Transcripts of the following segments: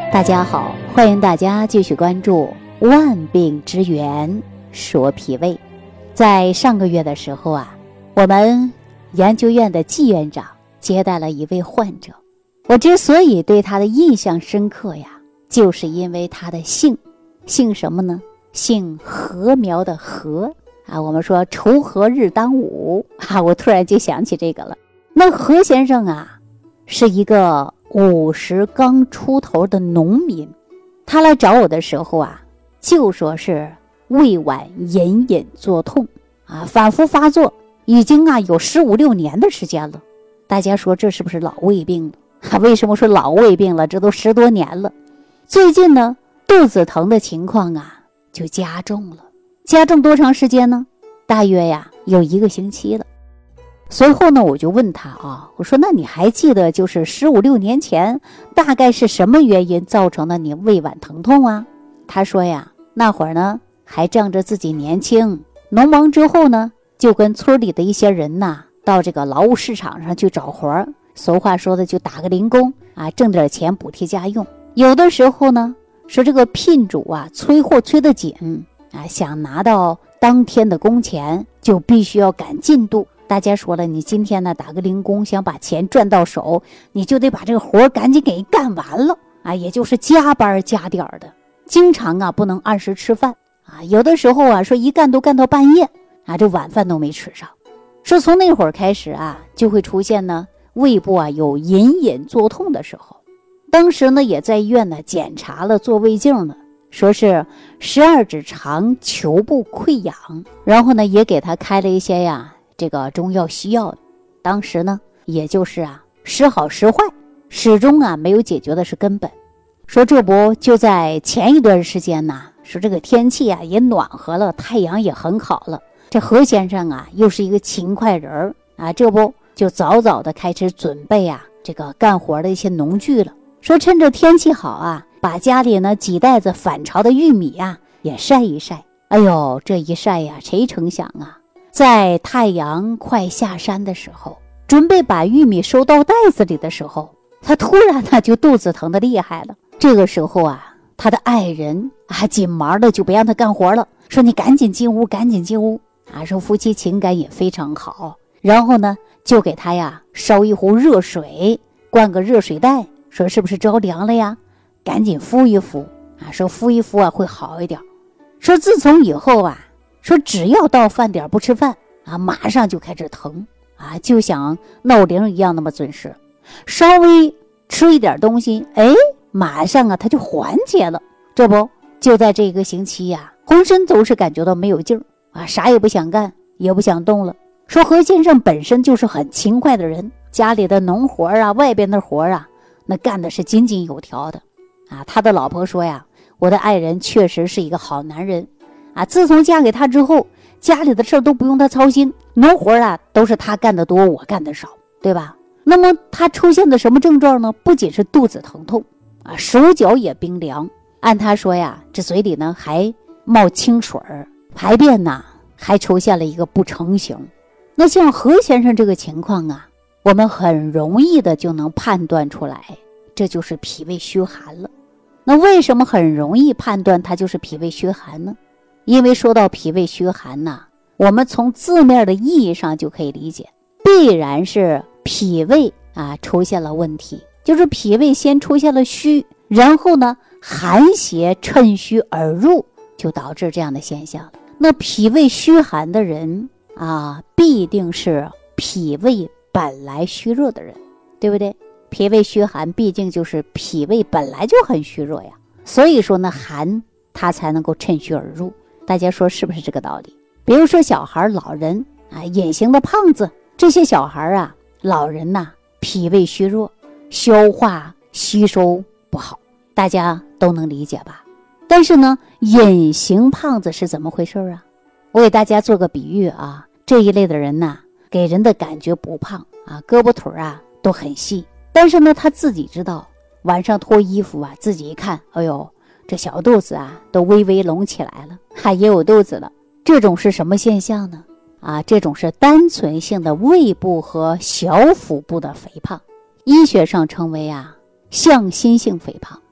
大家好，欢迎大家继续关注万病之源说脾胃。在上个月的时候啊，我们研究院的季院长接待了一位患者。我之所以对他的印象深刻呀，就是因为他的姓什么呢？姓禾苗的禾啊。我们说锄禾日当午啊，我突然就想起这个了。那何先生啊，是一个50刚出头的农民。他来找我的时候啊，就说是胃脘隐隐作痛啊，反复发作，已经有15、16年的时间了。大家说这是不是老胃病了啊？为什么说老胃病了？这都10多年了。最近呢，肚子疼的情况啊就加重了。加重多长时间呢？大约有1个星期了。随后呢，我就问他我说那你还记得就是15、16年前大概是什么原因造成的你胃脘疼痛啊？他说那会儿呢还仗着自己年轻，农忙之后呢就跟村里的一些人到这个劳务市场上去找活，俗话说的就打个零工挣点钱补贴家用。有的时候呢说这个聘主催货催得紧想拿到当天的工钱，就必须要赶进度。大家说了，你今天呢打个零工，想把钱赚到手，你就得把这个活赶紧给干完了也就是加班加点的。经常不能按时吃饭有的时候说一干都干到半夜这晚饭都没吃上。说从那会儿开始就会出现呢胃部有隐隐作痛的时候。当时呢也在医院呢检查了，做胃镜了，说是12指肠球部溃疡，然后呢也给他开了一些这个中药西药。当时呢也就是时好时坏，始终没有解决的是根本。说这不就在前一段时间说这个天气也暖和了，太阳也很好了，这何先生又是一个勤快人这不就早早的开始准备这个干活的一些农具了。说趁着天气好把家里呢几袋子返潮的玉米也晒一晒。哎呦，这一晒谁成想在太阳快下山的时候，准备把玉米收到袋子里的时候，他突然就肚子疼得厉害了。这个时候他的爱人紧忙的就不让他干活了，说你赶紧进屋，赶紧进屋说夫妻情感也非常好。然后呢就给他烧一壶热水，灌个热水袋，说是不是着凉了呀？赶紧敷一敷说敷一敷会好一点。说自从以后说只要到饭点不吃饭马上就开始疼就像闹铃一样那么准时。稍微吃一点东西马上他就缓解了。这不就在这个星期浑身都是感觉到没有劲儿啥也不想干，也不想动了。说何先生本身就是很勤快的人，家里的农活外边的活那干的是井井有条的他的老婆说我的爱人确实是一个好男人自从嫁给他之后，家里的事都不用他操心，农活都是他干得多，我干得少，对吧？那么他出现的什么症状呢？不仅是肚子疼痛手脚也冰凉。按他说这嘴里呢还冒清水，排便还出现了一个不成形。那像何先生这个情况我们很容易的就能判断出来，这就是脾胃虚寒了。那为什么很容易判断它就是脾胃虚寒呢？因为说到脾胃虚寒我们从字面的意义上就可以理解，必然是脾胃出现了问题，就是脾胃先出现了虚，然后呢寒邪趁虚而入，就导致这样的现象了。那脾胃虚寒的人必定是脾胃本来虚弱的人，对不对？脾胃虚寒毕竟就是脾胃本来就很虚弱所以说呢寒它才能够趁虚而入。大家说是不是这个道理？比如说小孩、老人隐形的胖子，这些小孩老人脾胃虚弱，消化吸收不好，大家都能理解吧？但是呢隐形胖子是怎么回事我给大家做个比喻这一类的人给人的感觉不胖胳膊腿都很细，但是呢他自己知道，晚上脱衣服自己一看，哎呦，这小肚子都微微隆起来了，也有肚子了。这种是什么现象呢？这种是单纯性的胃部和小腹部的肥胖，医学上称为向心性肥胖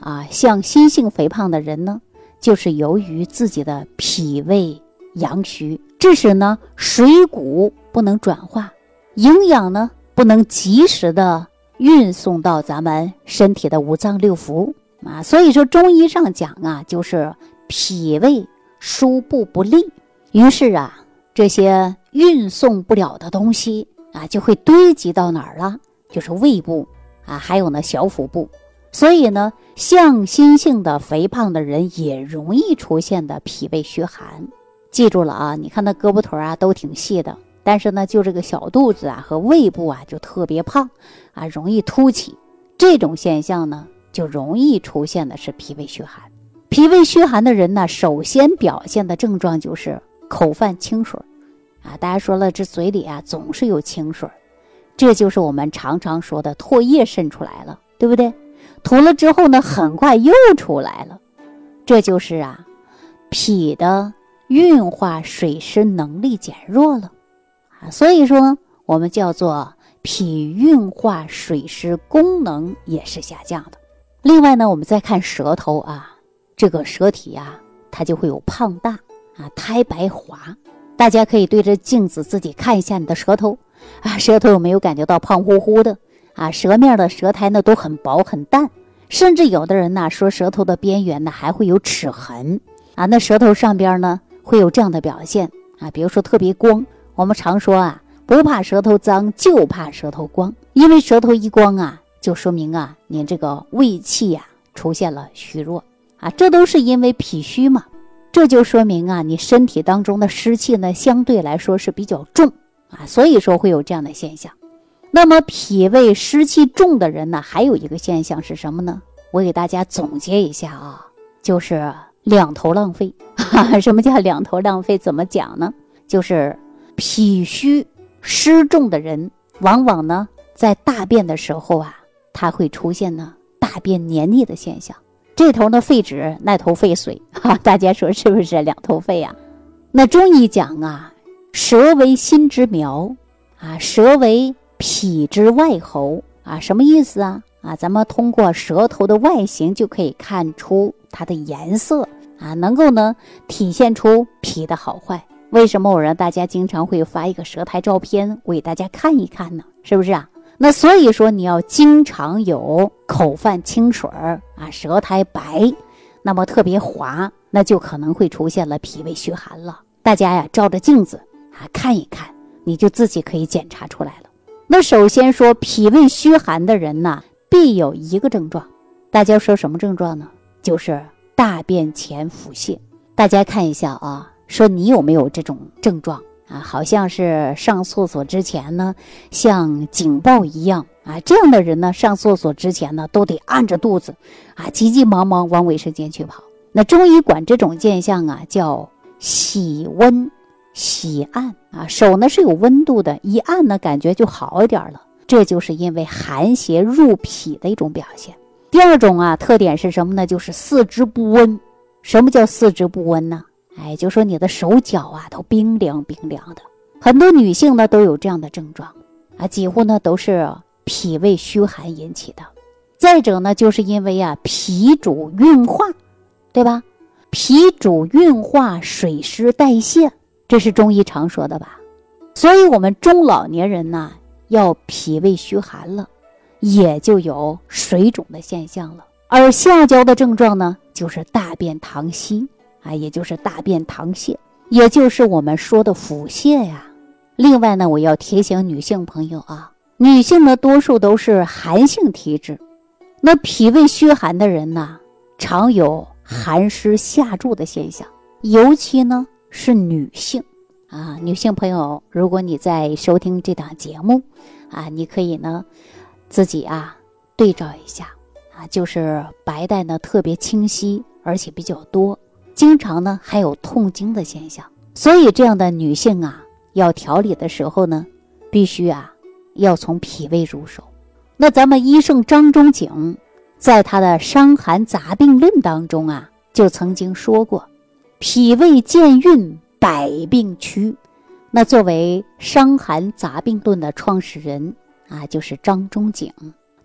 像心性肥胖的人呢，就是由于自己的脾胃阳虚，致使呢水谷不能转化，营养呢不能及时的运送到咱们身体的五脏六腑所以说中医上讲就是脾胃输布不利，于是这些运送不了的东西就会堆积到哪儿了？就是胃部还有呢小腹部。所以呢，向心性的肥胖的人也容易出现的脾胃虚寒。记住了你看那胳膊腿都挺细的，但是呢就这个小肚子和胃部就特别胖容易凸起。这种现象呢就容易出现的是脾胃虚寒。脾胃虚寒的人呢，首先表现的症状就是口泛清水大家说了，这嘴里总是有清水，这就是我们常常说的唾液渗出来了，对不对？吐了之后呢，很快又出来了，这就是脾的运化水湿能力减弱了所以说我们叫做脾运化水湿功能也是下降的。另外呢，我们再看舌头这个舌体它就会有胖大苔白滑。大家可以对着镜子自己看一下你的舌头舌头有没有感觉到胖乎乎的舌面的舌苔呢都很薄很淡，甚至有的人说舌头的边缘呢还会有齿痕那舌头上边呢会有这样的表现比如说特别光。我们常说不怕舌头脏，就怕舌头光，因为舌头一光就说明你这个胃气出现了虚弱这都是因为脾虚嘛。这就说明你身体当中的湿气呢相对来说是比较重所以说会有这样的现象。那么脾胃湿气重的人呢，还有一个现象是什么呢？我给大家总结一下就是两头浪费什么叫两头浪费？怎么讲呢？就是脾虚湿重的人往往呢在大便的时候它会出现呢大便黏腻的现象，这头呢废纸，那头废水大家说是不是两头废那中医讲舌为心之苗舌为脾之外候什么意思咱们通过舌头的外形就可以看出它的颜色能够呢体现出脾的好坏。为什么我让大家经常会发一个舌苔照片我给大家看一看呢？是不是那所以说你要经常有口泛清水舌苔白，那么特别滑，那就可能会出现了脾胃虚寒了。大家照着镜子看一看，你就自己可以检查出来了。那首先说脾胃虚寒的人呢，必有一个症状，大家说什么症状呢？就是大便前腹泻。大家看一下说你有没有这种症状好像是上厕所之前呢像警报一样这样的人呢上厕所之前呢都得按着肚子急急忙忙往卫生间去跑。那中医管这种现象叫喜温喜按手呢是有温度的，一按呢感觉就好一点了，这就是因为寒邪入脾的一种表现。第二种特点是什么呢？就是四肢不温。什么叫四肢不温呢？就说你的手脚都冰凉冰凉的。很多女性呢都有这样的症状几乎呢都是脾胃虚寒引起的。再者呢就是因为脾主运化，对吧？脾主运化水湿代谢，这是中医常说的吧。所以我们中老年人呢要脾胃虚寒了，也就有水肿的现象了。而下焦的症状呢就是大便溏稀也就是大便溏泻，也就是我们说的腹泻另外呢，我要提醒女性朋友女性呢多数都是寒性体质，那脾胃虚寒的人呢常有寒湿下注的现象，尤其呢是女性女性朋友，如果你在收听这档节目你可以呢自己对照一下就是白带呢特别清晰，而且比较多，经常呢还有痛经的现象。所以这样的女性要调理的时候呢，必须要从脾胃入手。那咱们医圣张仲景在他的《伤寒杂病论》当中就曾经说过，脾胃健运，百病驱。那作为《伤寒杂病论》的创始人就是张仲景，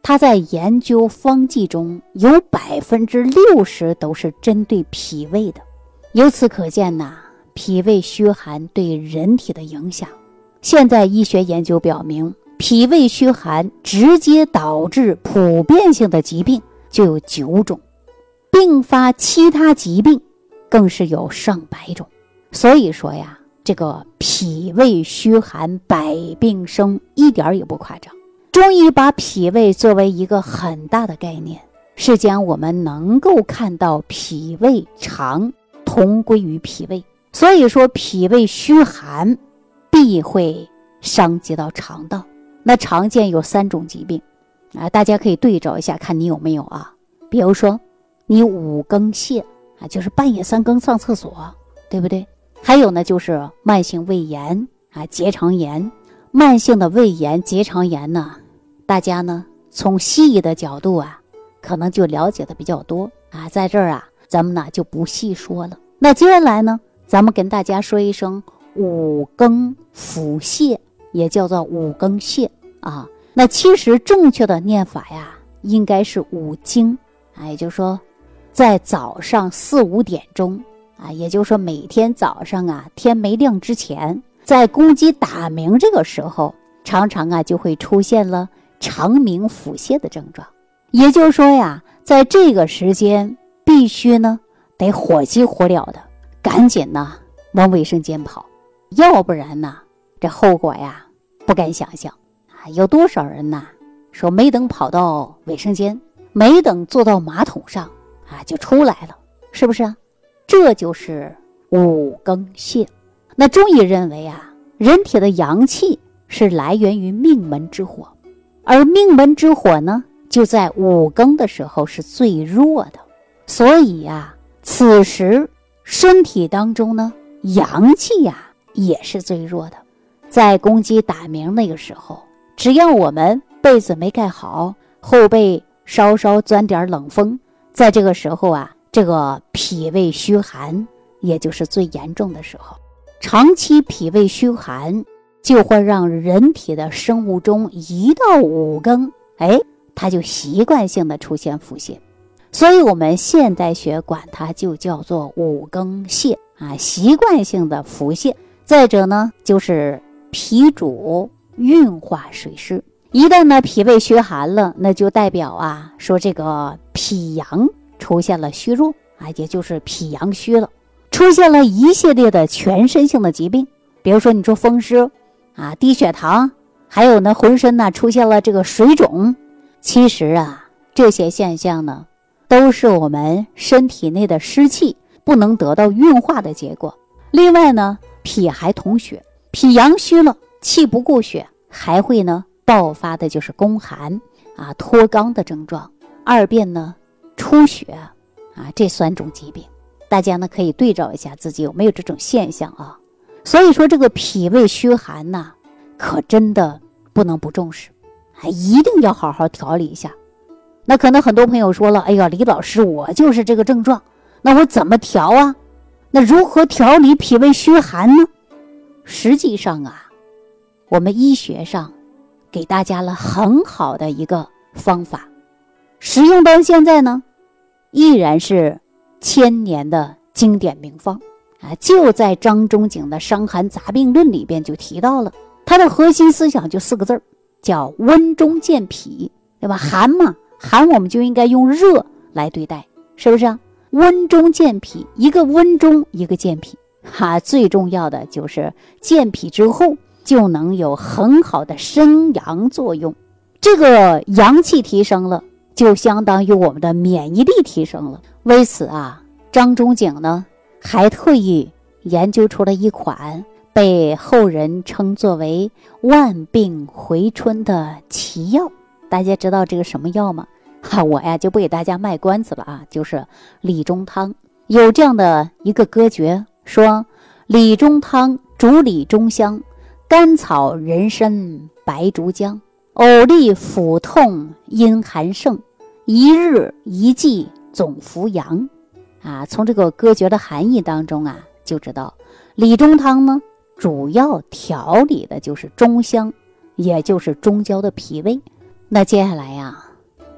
它在研究方剂中有60%都是针对脾胃的。由此可见呐，脾胃虚寒对人体的影响。现在医学研究表明，脾胃虚寒直接导致普遍性的疾病就有9种，并发其他疾病更是有上百种。所以说呀，这个脾胃虚寒百病生一点也不夸张。中医把脾胃作为一个很大的概念，是将我们能够看到脾胃肠同归于脾胃。所以说脾胃虚寒必会伤及到肠道。那常见有3种疾病大家可以对照一下看你有没有比如说你5更泻就是半夜3更上厕所，对不对？还有呢就是慢性胃炎结肠炎。慢性的胃炎结肠炎呢，大家呢从西医的角度可能就了解的比较多在这儿咱们呢就不细说了。那接下来呢，咱们跟大家说一声5更腹泻，也叫做5更泻那其实正确的念法应该是5经也就是说在早上4、5点钟也就是说每天早上天没亮之前，在公鸡打鸣这个时候，常常就会出现了肠鸣腹泻的症状。也就是说在这个时间必须呢得火急火燎的赶紧呢往卫生间跑，要不然呢这后果不敢想象有多少人说没等跑到卫生间，没等坐到马桶上就出来了，是不是这就是5更泻。那中医认为人体的阳气是来源于命门之火，而命门之火呢就在5更的时候是最弱的，所以此时身体当中呢阳气也是最弱的。在公鸡打鸣那个时候，只要我们被子没盖好，后背稍稍钻点冷风，在这个时候这个脾胃虚寒也就是最严重的时候。长期脾胃虚寒就会让人体的生物钟一到5更它就习惯性的出现腹泻，所以我们现代学管它就叫做5更泻习惯性的腹泻。再者呢就是脾主运化水湿，一旦呢脾胃虚寒了，那就代表说这个脾阳出现了虚弱也就是脾阳虚了，出现了一系列的全身性的疾病。比如说你说风湿低血糖，还有呢浑身出现了这个水肿。其实这些现象呢都是我们身体内的湿气不能得到运化的结果。另外呢脾还统血，脾阳虚了，气不固血，还会呢爆发的就是宫寒脱肛的症状，二便呢出血这3种疾病。大家呢可以对照一下自己有没有这种现象所以说这个脾胃虚寒可真的不能不重视一定要好好调理一下。那可能很多朋友说了，哎呀，李老师，我就是这个症状，那我怎么调那如何调理脾胃虚寒呢？实际上我们医学上给大家了很好的一个方法，使用到现在呢依然是1000年的经典名方就在张仲景的《伤寒杂病论》里边就提到了，它的核心思想就4个字，叫温中健脾，对吧？寒嘛，寒我们就应该用热来对待，是不是温中健脾，一个温中，一个健脾最重要的就是健脾之后就能有很好的生阳作用。这个阳气提升了，就相当于我们的免疫力提升了。为此张仲景呢还特意研究出了一款被后人称作为万病回春的奇药。大家知道这个什么药吗？我就不给大家卖关子了就是理中汤。有这样的一个歌诀，说理中汤主理中香，甘草人参白术姜，偶利腹痛阴寒盛，一日一剂总服阳从这个歌诀的含义当中就知道理中汤呢主要调理的就是中香，也就是中焦的脾胃。那接下来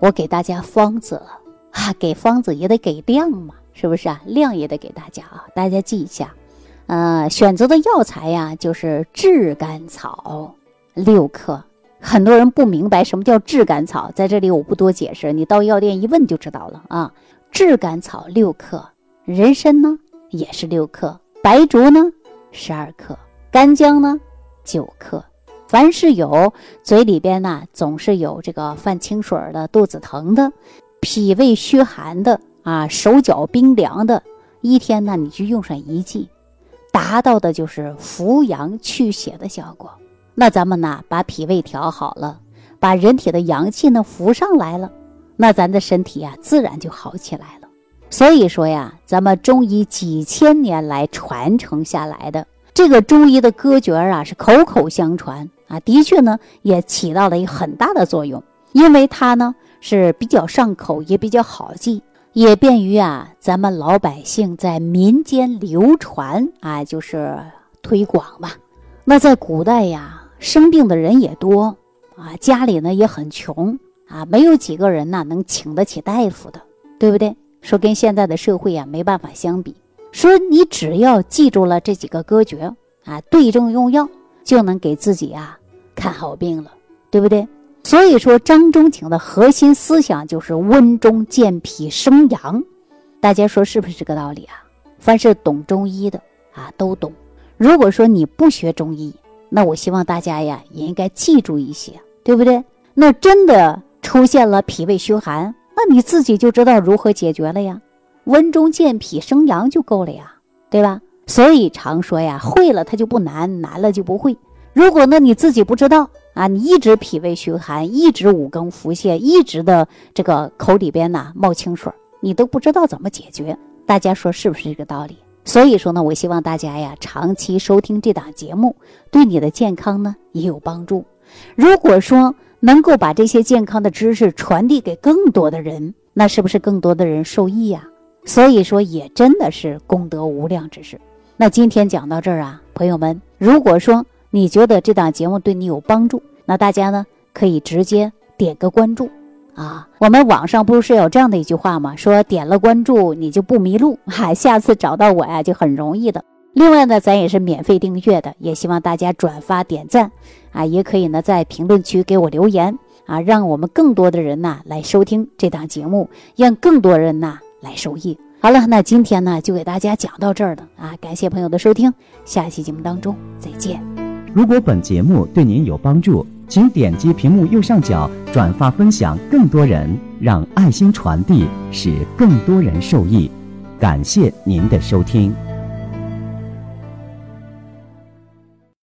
我给大家方子了给方子也得给量嘛，是不是啊？量也得给大家啊，大家记一下。选择的药材呀，就是炙甘草6克。很多人不明白什么叫炙甘草，在这里我不多解释，你到药店一问就知道了啊。炙甘草6克，人参呢也是6克，白术呢12克，干姜呢9克。凡是有嘴里边呢总是有这个犯清水的、肚子疼的、脾胃虚寒的手脚冰凉的，一天呢你就用上1剂，达到的就是扶阳去血的效果。那咱们呢把脾胃调好了，把人体的阳气呢扶上来了，那咱的身体自然就好起来了。所以说呀，咱们中医几千年来传承下来的这个中医的歌诀是口口相传的确呢也起到了一个很大的作用，因为它呢是比较上口，也比较好记，也便于咱们老百姓在民间流传就是推广嘛。那在古代生病的人也多家里呢也很穷没有几个人能请得起大夫的，对不对？说跟现在的社会没办法相比，说你只要记住了这几个歌诀对症用药，就能给自己看好病了，对不对？所以说张仲景的核心思想就是温中健脾生阳，大家说是不是这个道理凡是懂中医的都懂。如果说你不学中医，那我希望大家也应该记住一些，对不对？那真的出现了脾胃虚寒，那你自己就知道如何解决了呀，温中健脾生阳就够了呀，对吧？所以常说会了它就不难，难了就不会。如果呢你自己不知道你一直脾胃虚寒，一直五更腹泻，一直的这个口里边冒清水，你都不知道怎么解决，大家说是不是这个道理？所以说呢，我希望大家长期收听这档节目，对你的健康呢也有帮助。如果说能够把这些健康的知识传递给更多的人，那是不是更多的人受益所以说也真的是功德无量之事。那今天讲到这儿朋友们，如果说你觉得这档节目对你有帮助，那大家呢可以直接点个关注我们网上不是有这样的一句话吗？说点了关注你就不迷路下次找到我就很容易的。另外呢，咱也是免费订阅的，也希望大家转发点赞也可以呢在评论区给我留言让我们更多的人来收听这档节目，让更多人来受益。好了，那今天呢就给大家讲到这儿了感谢朋友的收听，下期节目当中再见。 如果本节目对您有帮助，请点击屏幕右上角转发分享更多人，让爱心传递，使更多人受益。感谢您的收听。